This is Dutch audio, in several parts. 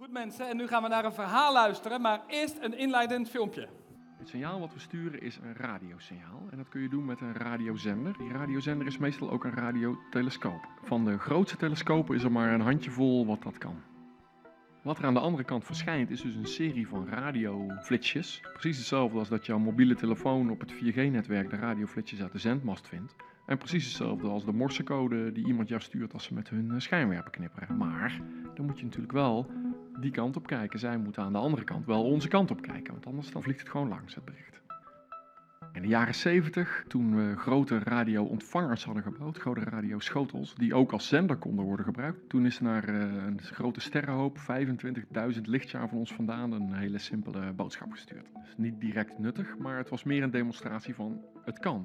Goed mensen, en nu gaan we naar een verhaal luisteren, maar eerst een inleidend filmpje. Het signaal wat we sturen is een radiosignaal en dat kun je doen met een radiozender. Die radiozender is meestal ook een radiotelescoop. Van de grootste telescopen is er maar een handjevol wat dat kan. Wat er aan de andere kant verschijnt is dus een serie van radioflitsjes. Precies hetzelfde als dat jouw mobiele telefoon op het 4G-netwerk de radioflitsjes uit de zendmast vindt. En precies hetzelfde als de morsecode die iemand jou stuurt als ze met hun schijnwerper knipperen. Maar dan moet je natuurlijk wel die kant op kijken. Zij moeten aan de andere kant wel onze kant op kijken, want anders dan vliegt het gewoon langs, het bericht. In de jaren 70, toen we grote radioontvangers hadden gebouwd, grote radioschotels, die ook als zender konden worden gebruikt, toen is naar een grote sterrenhoop, 25.000 lichtjaar van ons vandaan, een hele simpele boodschap gestuurd. Dus niet direct nuttig, maar het was meer een demonstratie van het kan.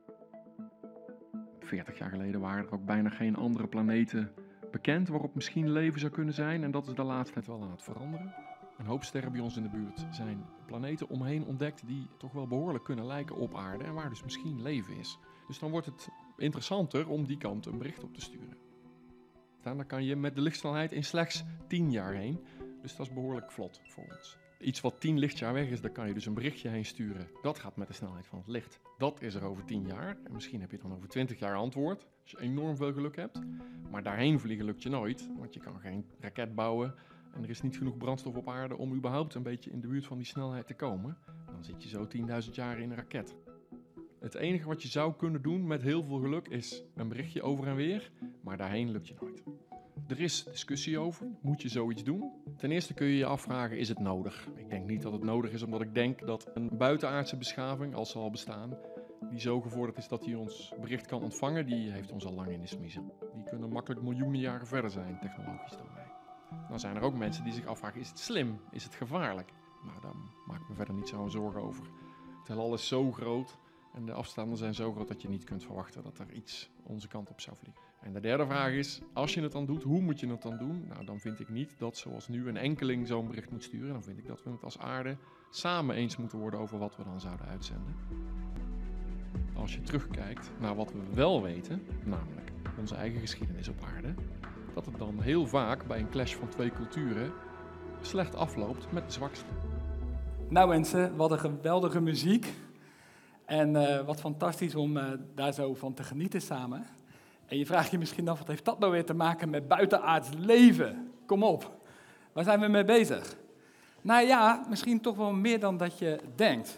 40 jaar geleden waren er ook bijna geen andere planeten bekend waarop misschien leven zou kunnen zijn en dat is de laatste tijd wel aan het veranderen. Een hoop sterren bij ons in de buurt zijn planeten omheen ontdekt die toch wel behoorlijk kunnen lijken op aarde en waar dus misschien leven is. Dus dan wordt het interessanter om die kant een bericht op te sturen. Dan kan je met de lichtsnelheid in slechts 10 jaar heen, dus dat is behoorlijk vlot voor ons. Iets wat 10 lichtjaar weg is, daar kan je dus een berichtje heen sturen. Dat gaat met de snelheid van het licht. Dat is er over 10 jaar. En misschien heb je dan over 20 jaar antwoord, als je enorm veel geluk hebt. Maar daarheen vliegen lukt je nooit, want je kan geen raket bouwen. En er is niet genoeg brandstof op aarde om überhaupt een beetje in de buurt van die snelheid te komen. Dan zit je zo 10.000 jaar in een raket. Het enige wat je zou kunnen doen met heel veel geluk is een berichtje over en weer. Maar daarheen lukt je nooit. Er is discussie over. Moet je zoiets doen? Ten eerste kun je je afvragen, is het nodig? Ik denk niet dat het nodig is, omdat ik denk dat een buitenaardse beschaving, als ze al bestaan, die zo gevorderd is dat hij ons bericht kan ontvangen, die heeft ons al lang in de smiezen. Die kunnen makkelijk miljoenen jaren verder zijn, technologisch dan wij. Dan zijn er ook mensen die zich afvragen, is het slim? Is het gevaarlijk? Nou, daar maak ik me verder niet zo'n zorgen over. Het heelal is zo groot en de afstanden zijn zo groot dat je niet kunt verwachten dat er iets onze kant op zou vliegen. En de derde vraag is, als je het dan doet, hoe moet je het dan doen? Nou, dan vind ik niet dat zoals nu een enkeling zo'n bericht moet sturen. Dan vind ik dat we het als aarde samen eens moeten worden over wat we dan zouden uitzenden. Als je terugkijkt naar wat we wel weten, namelijk onze eigen geschiedenis op aarde, dat het dan heel vaak bij een clash van twee culturen slecht afloopt met de zwakste. Nou mensen, wat een geweldige muziek. En wat fantastisch om daar zo van te genieten samen. En je vraagt je misschien af, wat heeft dat nou weer te maken met buitenaards leven? Kom op, waar zijn we mee bezig? Nou ja, misschien toch wel meer dan dat je denkt.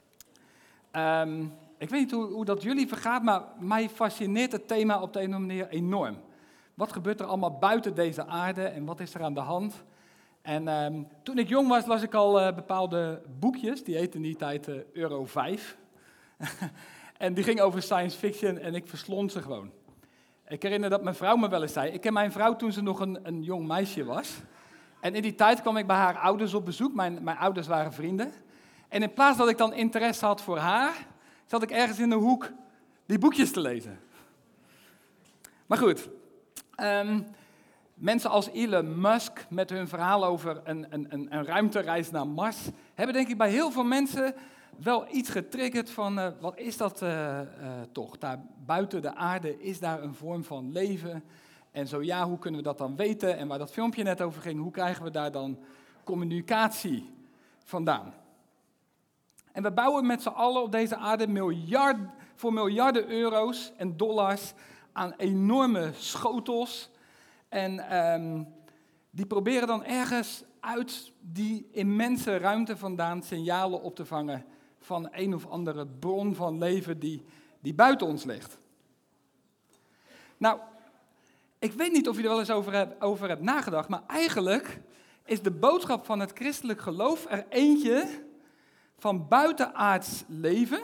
Ik weet niet hoe dat jullie vergaat, maar mij fascineert het thema op de een of andere manier enorm. Wat gebeurt er allemaal buiten deze aarde en wat is er aan de hand? En toen ik jong was, las ik al bepaalde boekjes, die heten in die tijd Euro 5. En die gingen over science fiction en ik verslond ze gewoon. Ik herinner dat mijn vrouw me wel eens zei. Ik ken mijn vrouw toen ze nog een jong meisje was. En in die tijd kwam ik bij haar ouders op bezoek. Mijn ouders waren vrienden. En in plaats dat ik dan interesse had voor haar, zat ik ergens in de hoek die boekjes te lezen. Maar goed, mensen als Elon Musk met hun verhaal over een ruimtereis naar Mars, hebben denk ik bij heel veel mensen wel iets getriggerd van, wat is dat toch? Daar buiten de aarde, is daar een vorm van leven? En zo ja, hoe kunnen we dat dan weten? En waar dat filmpje net over ging, hoe krijgen we daar dan communicatie vandaan? En we bouwen met z'n allen op deze aarde voor miljarden euro's en dollars aan enorme schotels. En die proberen dan ergens uit die immense ruimte vandaan signalen op te vangen van een of andere bron van leven die buiten ons ligt. Nou, ik weet niet of je er wel eens over hebt nagedacht, maar eigenlijk is de boodschap van het christelijk geloof er eentje van buitenaards leven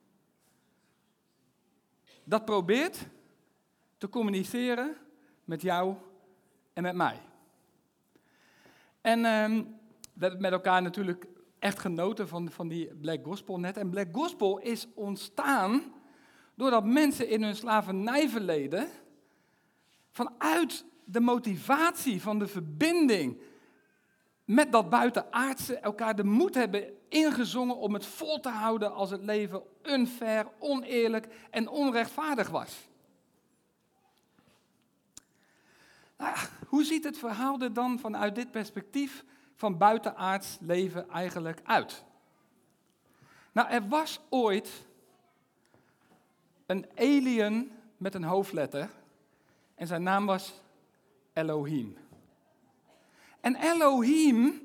dat probeert te communiceren met jou en met mij. En we hebben met elkaar natuurlijk echt genoten van die Black Gospel net. En Black Gospel is ontstaan doordat mensen in hun slavernijverleden vanuit de motivatie van de verbinding met dat buitenaardse elkaar de moed hebben ingezongen om het vol te houden als het leven unfair, oneerlijk en onrechtvaardig was. Nou ja, hoe ziet het verhaal er dan vanuit dit perspectief van buitenaards leven eigenlijk uit? Nou, er was ooit een alien met een hoofdletter en zijn naam was Elohim. En Elohim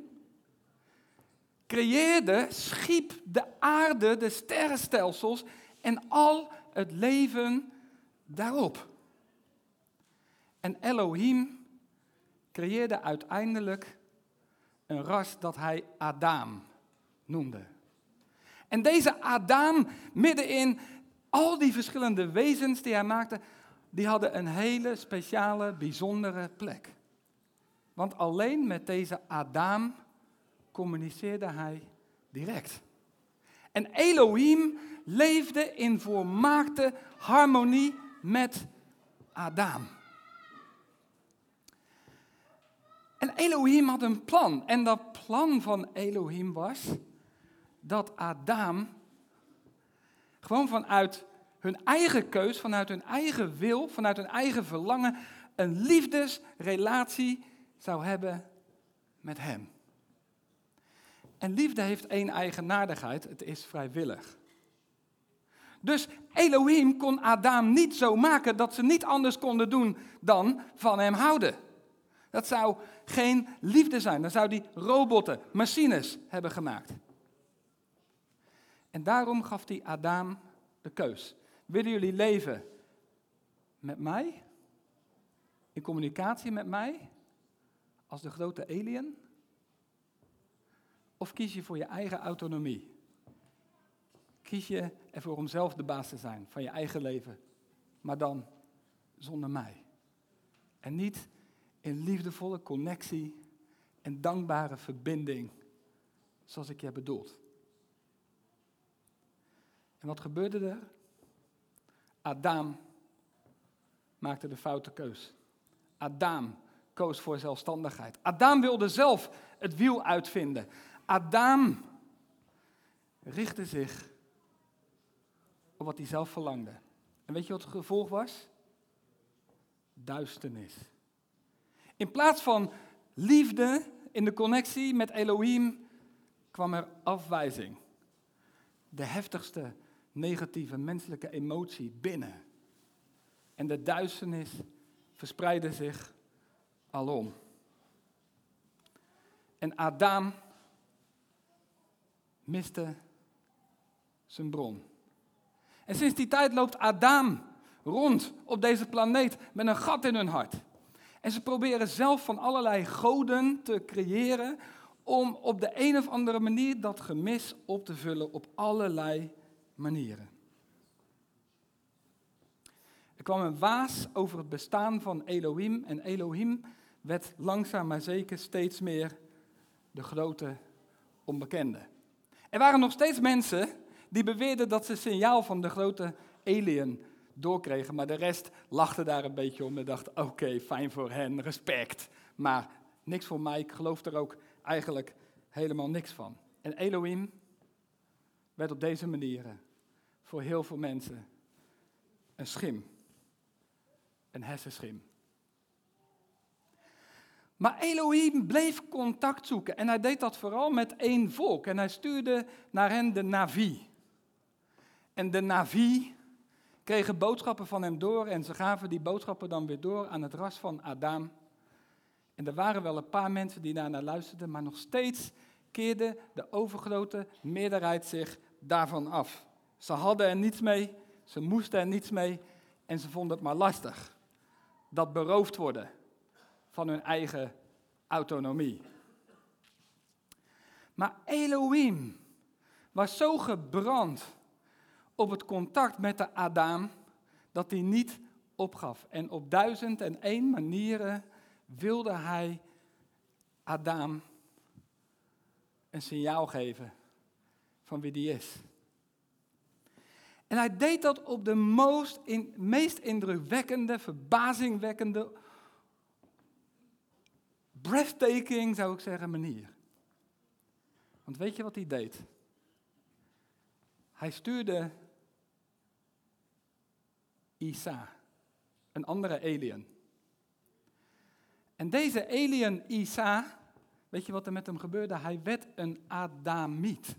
schiep de aarde, de sterrenstelsels en al het leven daarop. En Elohim creëerde uiteindelijk een ras dat hij Adam noemde. En deze Adam, midden in al die verschillende wezens die hij maakte, die hadden een hele speciale, bijzondere plek. Want alleen met deze Adam communiceerde hij direct. En Elohim leefde in volmaakte harmonie met Adam. En Elohim had een plan. En dat plan van Elohim was dat Adam gewoon vanuit hun eigen keus, vanuit hun eigen wil, vanuit hun eigen verlangen, een liefdesrelatie zou hebben met hem. En liefde heeft één eigenaardigheid, het is vrijwillig. Dus Elohim kon Adam niet zo maken dat ze niet anders konden doen dan van hem houden. Dat zou geen liefde zijn, dan zou die robotten, machines hebben gemaakt. En daarom gaf hij Adam de keus. Willen jullie leven met mij? In communicatie met mij? Als de grote alien? Of kies je voor je eigen autonomie? Kies je ervoor om zelf de baas te zijn van je eigen leven, maar dan zonder mij? En niet in liefdevolle connectie en dankbare verbinding, zoals ik je heb bedoeld. En wat gebeurde er? Adam maakte de foute keus. Adam koos voor zelfstandigheid. Adam wilde zelf het wiel uitvinden. Adam richtte zich op wat hij zelf verlangde. En weet je wat het gevolg was? Duisternis. In plaats van liefde in de connectie met Elohim kwam er afwijzing. De heftigste negatieve menselijke emotie binnen. En de duisternis verspreidde zich alom. En Adam miste zijn bron. En sinds die tijd loopt Adam rond op deze planeet met een gat in hun hart. En ze proberen zelf van allerlei goden te creëren om op de een of andere manier dat gemis op te vullen op allerlei manieren. Er kwam een waas over het bestaan van Elohim en Elohim werd langzaam maar zeker steeds meer de grote onbekende. Er waren nog steeds mensen die beweerden dat ze signaal van de grote alien doorkregen, maar de rest lachte daar een beetje om en dacht, oké, fijn voor hen, respect, maar niks voor mij, ik geloof er ook eigenlijk helemaal niks van. En Elohim werd op deze manier voor heel veel mensen een schim, een hersenschim. Maar Elohim bleef contact zoeken en hij deed dat vooral met één volk en hij stuurde naar hen de Navi. En de Navi kregen boodschappen van hem door en ze gaven die boodschappen dan weer door aan het ras van Adam. En er waren wel een paar mensen die daarnaar luisterden, maar nog steeds keerde de overgrote meerderheid zich daarvan af. Ze hadden er niets mee, ze moesten er niets mee en ze vonden het maar lastig. Dat beroofd worden van hun eigen autonomie. Maar Elohim was zo gebrand op het contact met de Adam, dat hij niet opgaf. En op 1001 manieren wilde hij Adam een signaal geven van wie die is. En hij deed dat op de meest indrukwekkende, verbazingwekkende, breathtaking, zou ik zeggen, manier. Want weet je wat hij deed? Hij stuurde Isa, een andere alien. En deze alien Isa, weet je wat er met hem gebeurde? Hij werd een Adamiet.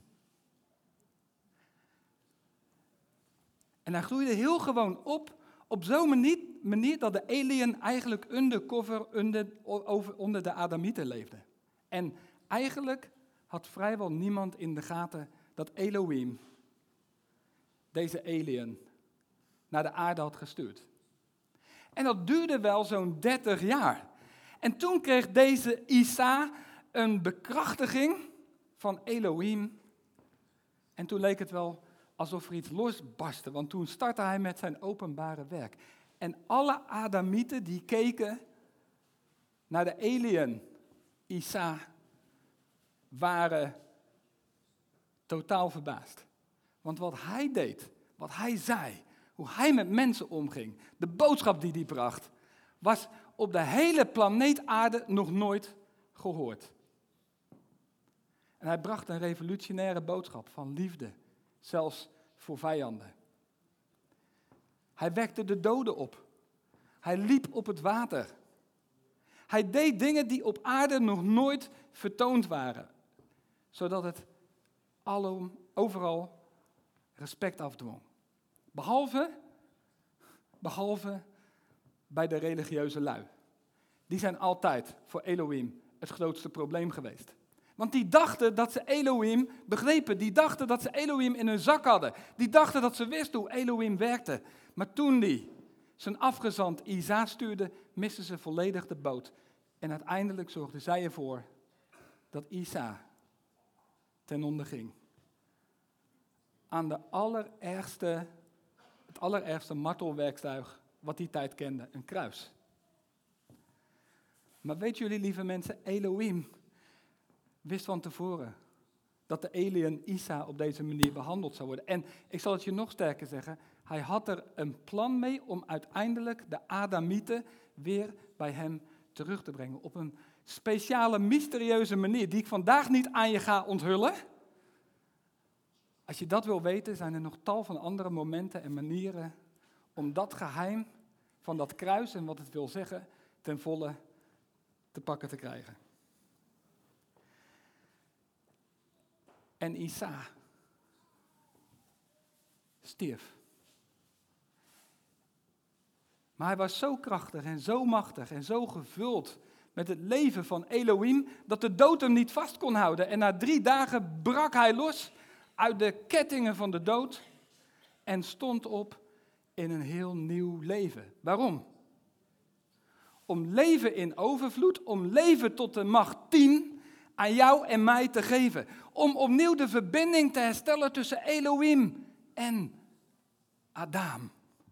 En hij groeide heel gewoon op zo'n manier dat de alien eigenlijk undercover onder de Adamieten leefde. En eigenlijk had vrijwel niemand in de gaten dat Elohim deze alien naar de aarde had gestuurd. En dat duurde wel zo'n 30 jaar. En toen kreeg deze Isa een bekrachtiging van Elohim. En toen leek het wel alsof er iets losbarstte, want toen startte hij met zijn openbare werk. En alle Adamieten die keken naar de alien Isa waren totaal verbaasd. Want wat hij deed, wat hij zei, hoe hij met mensen omging, de boodschap die hij bracht, was op de hele planeet aarde nog nooit gehoord. En hij bracht een revolutionaire boodschap van liefde, zelfs voor vijanden. Hij wekte de doden op. Hij liep op het water. Hij deed dingen die op aarde nog nooit vertoond waren, zodat het overal respect afdwong. Behalve bij de religieuze lui. Die zijn altijd voor Elohim het grootste probleem geweest. Want die dachten dat ze Elohim begrepen. Die dachten dat ze Elohim in hun zak hadden. Die dachten dat ze wisten hoe Elohim werkte. Maar toen die zijn afgezant Isa stuurde, misten ze volledig de boot. En uiteindelijk zorgden zij ervoor dat Isa ten onder ging. Aan het allerergste martelwerktuig wat die tijd kende, een kruis. Maar weten jullie, lieve mensen, Elohim wist van tevoren dat de alien Isa op deze manier behandeld zou worden. En ik zal het je nog sterker zeggen, hij had er een plan mee om uiteindelijk de Adamieten weer bij hem terug te brengen. Op een speciale, mysterieuze manier die ik vandaag niet aan je ga onthullen. Als je dat wil weten, zijn er nog tal van andere momenten en manieren om dat geheim van dat kruis en wat het wil zeggen ten volle te pakken te krijgen. En Isa stierf. Maar hij was zo krachtig en zo machtig en zo gevuld met het leven van Elohim, dat de dood hem niet vast kon houden. En na 3 dagen brak hij los uit de kettingen van de dood en stond op in een heel nieuw leven. Waarom? Om leven in overvloed, om leven tot de macht 10 aan jou en mij te geven. Om opnieuw de verbinding te herstellen tussen Elohim en Adam.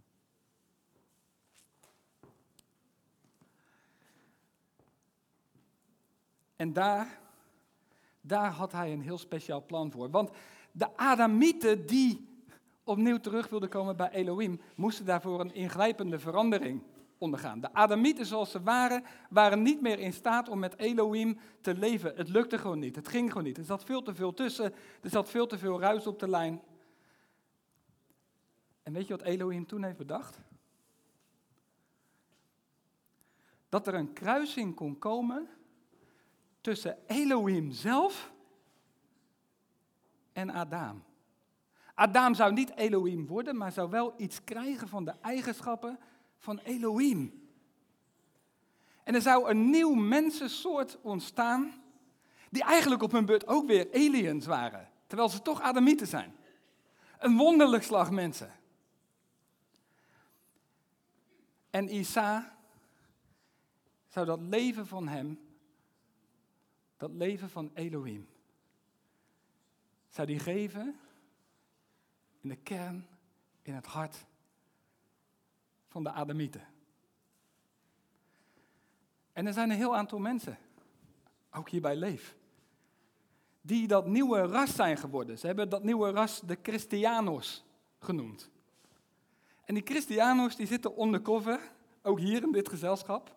En daar had hij een heel speciaal plan voor. Want de Adamieten die opnieuw terug wilden komen bij Elohim, moesten daarvoor een ingrijpende verandering ondergaan. De Adamieten zoals ze waren niet meer in staat om met Elohim te leven. Het lukte gewoon niet, het ging gewoon niet. Er zat veel te veel tussen, er zat veel te veel ruis op de lijn. En weet je wat Elohim toen heeft bedacht? Dat er een kruising kon komen tussen Elohim zelf en Adam. Adam zou niet Elohim worden, maar zou wel iets krijgen van de eigenschappen van Elohim. En er zou een nieuw mensensoort ontstaan, die eigenlijk op hun beurt ook weer aliens waren, terwijl ze toch Adamieten zijn. Een wonderlijk slag mensen. En Isa zou dat leven van hem, dat leven van Elohim, zou die geven in de kern, in het hart van de Adamieten. En er zijn een heel aantal mensen, ook hier bij Leef, die dat nieuwe ras zijn geworden. Ze hebben dat nieuwe ras de Christianos genoemd. En die Christianos die zitten undercover, ook hier in dit gezelschap.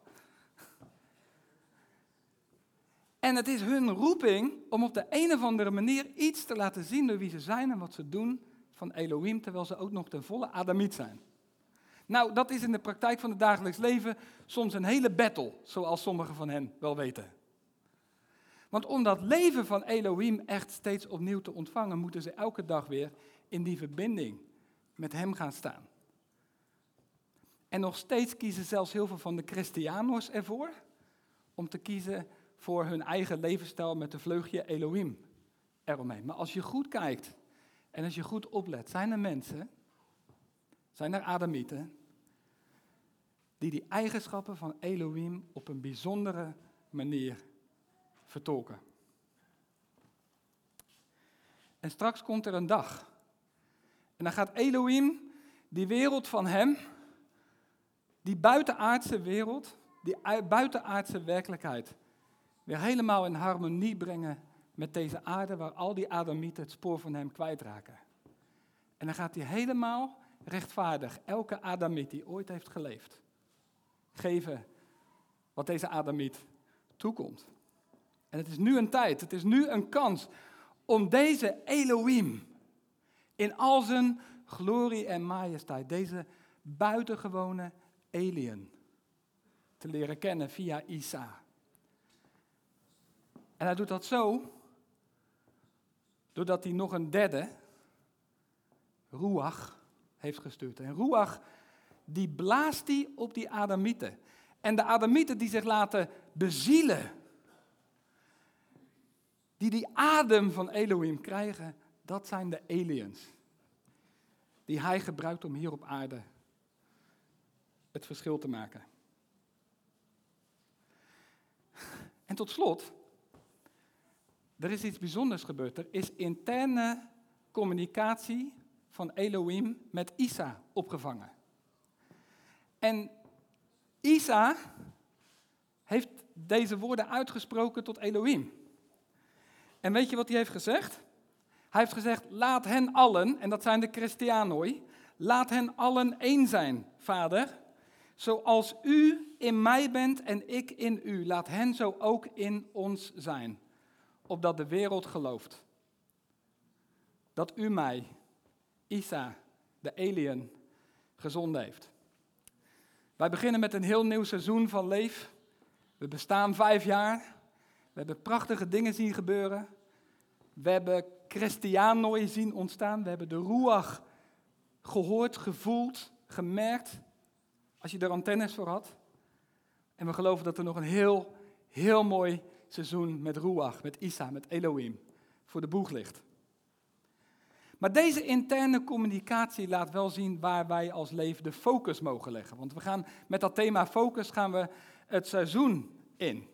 En het is hun roeping om op de een of andere manier iets te laten zien door wie ze zijn en wat ze doen van Elohim, terwijl ze ook nog ten volle Adamiet zijn. Nou, dat is in de praktijk van het dagelijks leven soms een hele battle, zoals sommigen van hen wel weten. Want om dat leven van Elohim echt steeds opnieuw te ontvangen, moeten ze elke dag weer in die verbinding met hem gaan staan. En nog steeds kiezen zelfs heel veel van de Christianos ervoor om te kiezen voor hun eigen levensstijl met een vleugje Elohim eromheen. Maar als je goed kijkt en als je goed oplet, zijn er mensen, zijn er Adamieten, die eigenschappen van Elohim op een bijzondere manier vertolken. En straks komt er een dag. En dan gaat Elohim die wereld van hem, die buitenaardse wereld, die buitenaardse werkelijkheid, weer helemaal in harmonie brengen met deze aarde, waar al die Adamieten het spoor van hem kwijtraken. En dan gaat hij helemaal rechtvaardig elke Adamiet die ooit heeft geleefd geven wat deze Adamiet toekomt. En het is nu een tijd, het is nu een kans om deze Elohim in al zijn glorie en majesteit, deze buitengewone alien, te leren kennen via Isa. En hij doet dat zo, doordat hij nog een derde, Ruach, heeft gestuurd. En Ruach, die blaast hij op die Adamieten. En de Adamieten die zich laten bezielen, die adem van Elohim krijgen, dat zijn de aliens. Die hij gebruikt om hier op aarde het verschil te maken. En tot slot, er is iets bijzonders gebeurd. Er is interne communicatie van Elohim met Isa opgevangen. En Isa heeft deze woorden uitgesproken tot Elohim. En weet je wat hij heeft gezegd? Hij heeft gezegd, laat hen allen, en dat zijn de Christianoi, laat hen allen één zijn, Vader. Zoals u in mij bent en ik in u, laat hen zo ook in ons zijn. Opdat de wereld gelooft dat u mij, Isa, de alien, gezonden heeft. Wij beginnen met een heel nieuw seizoen van Leef. We bestaan 5 jaar. We hebben prachtige dingen zien gebeuren. We hebben Christianoi zien ontstaan. We hebben de Ruach gehoord, gevoeld, gemerkt. Als je er antennes voor had. En we geloven dat er nog een heel mooi seizoen met Ruach, met Isa, met Elohim voor de boeg ligt. Maar deze interne communicatie laat wel zien waar wij als Leef de focus mogen leggen. Want we gaan met dat thema focus gaan we het seizoen in.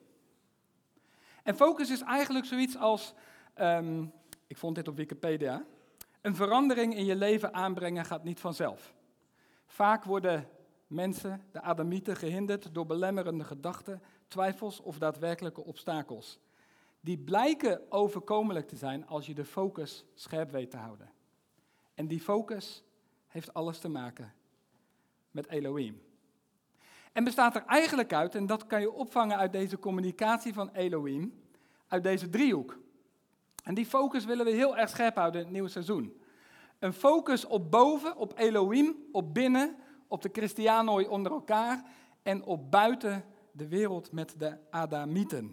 En focus is eigenlijk zoiets als, ik vond dit op Wikipedia, een verandering in je leven aanbrengen gaat niet vanzelf. Vaak worden mensen, de Adamieten, gehinderd door belemmerende gedachten, twijfels of daadwerkelijke obstakels. Die blijken overkomelijk te zijn als je de focus scherp weet te houden. En die focus heeft alles te maken met Elohim. En bestaat er eigenlijk uit, en dat kan je opvangen uit deze communicatie van Elohim, uit deze driehoek. En die focus willen we heel erg scherp houden in het nieuwe seizoen. Een focus op boven, op Elohim, op binnen, op de Christianoi onder elkaar en op buiten de wereld met de Adamieten.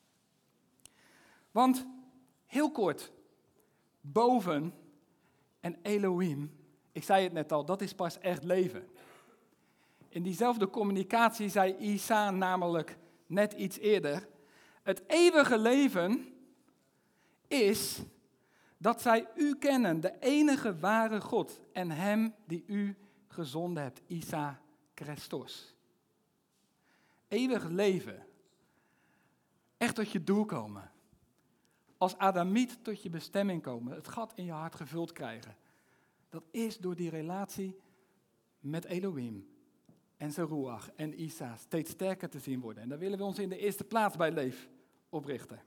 Want, heel kort, boven en Elohim, ik zei het net al, dat is pas echt leven. In diezelfde communicatie zei Isa namelijk net iets eerder, het eeuwige leven is dat zij u kennen, de enige ware God en hem die u gezonden hebt, Isa Christos. Eeuwig leven, echt tot je doel komen. Als Adamiet tot je bestemming komen, het gat in je hart gevuld krijgen. Dat is door die relatie met Elohim en zijn Ruach en Isa steeds sterker te zien worden. En daar willen we ons in de eerste plaats bij Leef op richten.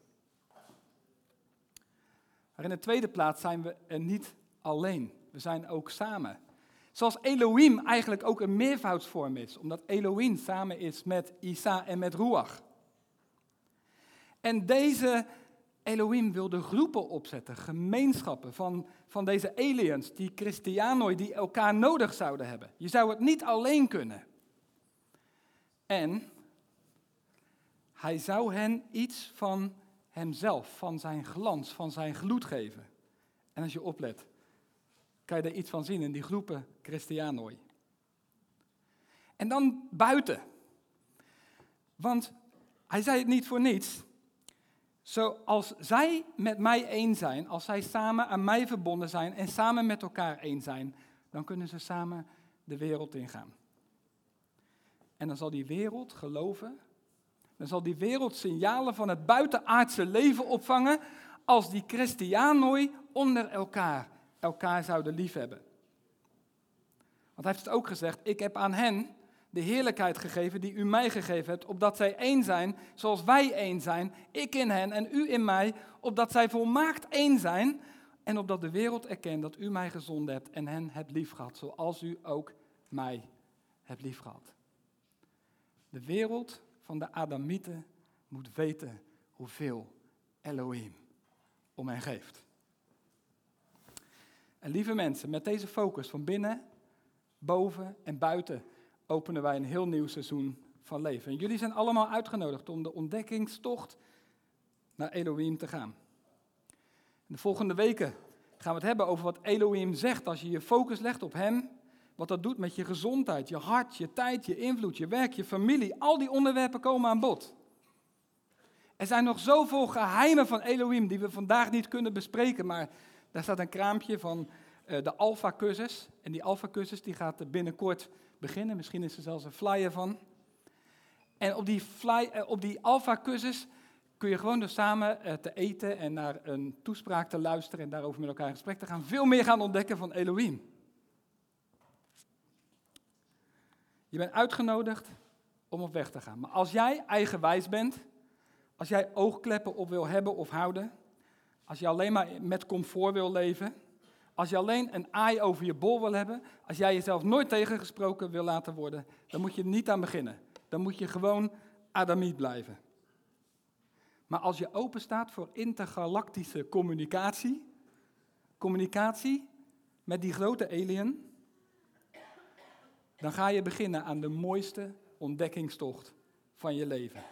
Maar in de tweede plaats zijn we er niet alleen. We zijn ook samen. Zoals Elohim eigenlijk ook een meervoudsvorm is, omdat Elohim samen is met Isa en met Ruach. En deze Elohim wilde groepen opzetten, gemeenschappen van deze aliens, die Christianoi, die elkaar nodig zouden hebben. Je zou het niet alleen kunnen. En hij zou hen iets van hemzelf, van zijn glans, van zijn gloed geven. En als je oplet, kan je er iets van zien in die groepen Christianoi. En dan buiten. Want hij zei het niet voor niets. Zoals zij met mij één zijn, als zij samen aan mij verbonden zijn en samen met elkaar één zijn, dan kunnen ze samen de wereld ingaan. En dan zal die wereld geloven, dan zal die wereld signalen van het buitenaardse leven opvangen als die Christianoi onder elkaar zouden liefhebben. Want hij heeft het ook gezegd, ik heb aan hen de heerlijkheid gegeven die u mij gegeven hebt, opdat zij één zijn zoals wij één zijn, ik in hen en u in mij, opdat zij volmaakt één zijn en opdat de wereld erkent dat u mij gezonden hebt en hen hebt liefgehad, zoals u ook mij hebt liefgehad. De wereld van de Adamieten moet weten hoeveel Elohim om hen geeft. En lieve mensen, met deze focus van binnen, boven en buiten openen wij een heel nieuw seizoen van leven. En jullie zijn allemaal uitgenodigd om de ontdekkingstocht naar Elohim te gaan. In de volgende weken gaan we het hebben over wat Elohim zegt als je je focus legt op hem. Wat dat doet met je gezondheid, je hart, je tijd, je invloed, je werk, je familie. Al die onderwerpen komen aan bod. Er zijn nog zoveel geheimen van Elohim die we vandaag niet kunnen bespreken, maar daar staat een kraampje van de Alpha-cursus. En die Alpha-cursus die gaat binnenkort beginnen. Misschien is er zelfs een flyer van. En op die Alpha-cursus kun je gewoon dus samen te eten en naar een toespraak te luisteren en daarover met elkaar in gesprek te gaan. Veel meer gaan ontdekken van Elohim. Je bent uitgenodigd om op weg te gaan. Maar als jij eigenwijs bent, als jij oogkleppen op wil hebben of houden, als je alleen maar met comfort wil leven, als je alleen een aai over je bol wil hebben, als jij jezelf nooit tegengesproken wil laten worden, dan moet je er niet aan beginnen. Dan moet je gewoon Adamiet blijven. Maar als je open staat voor intergalactische communicatie met die grote alien, dan ga je beginnen aan de mooiste ontdekkingstocht van je leven.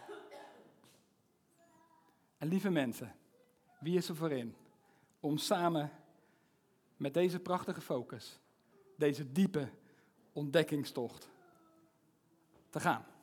En lieve mensen, wie is er voor in om samen met deze prachtige focus, deze diepe ontdekkingstocht te gaan?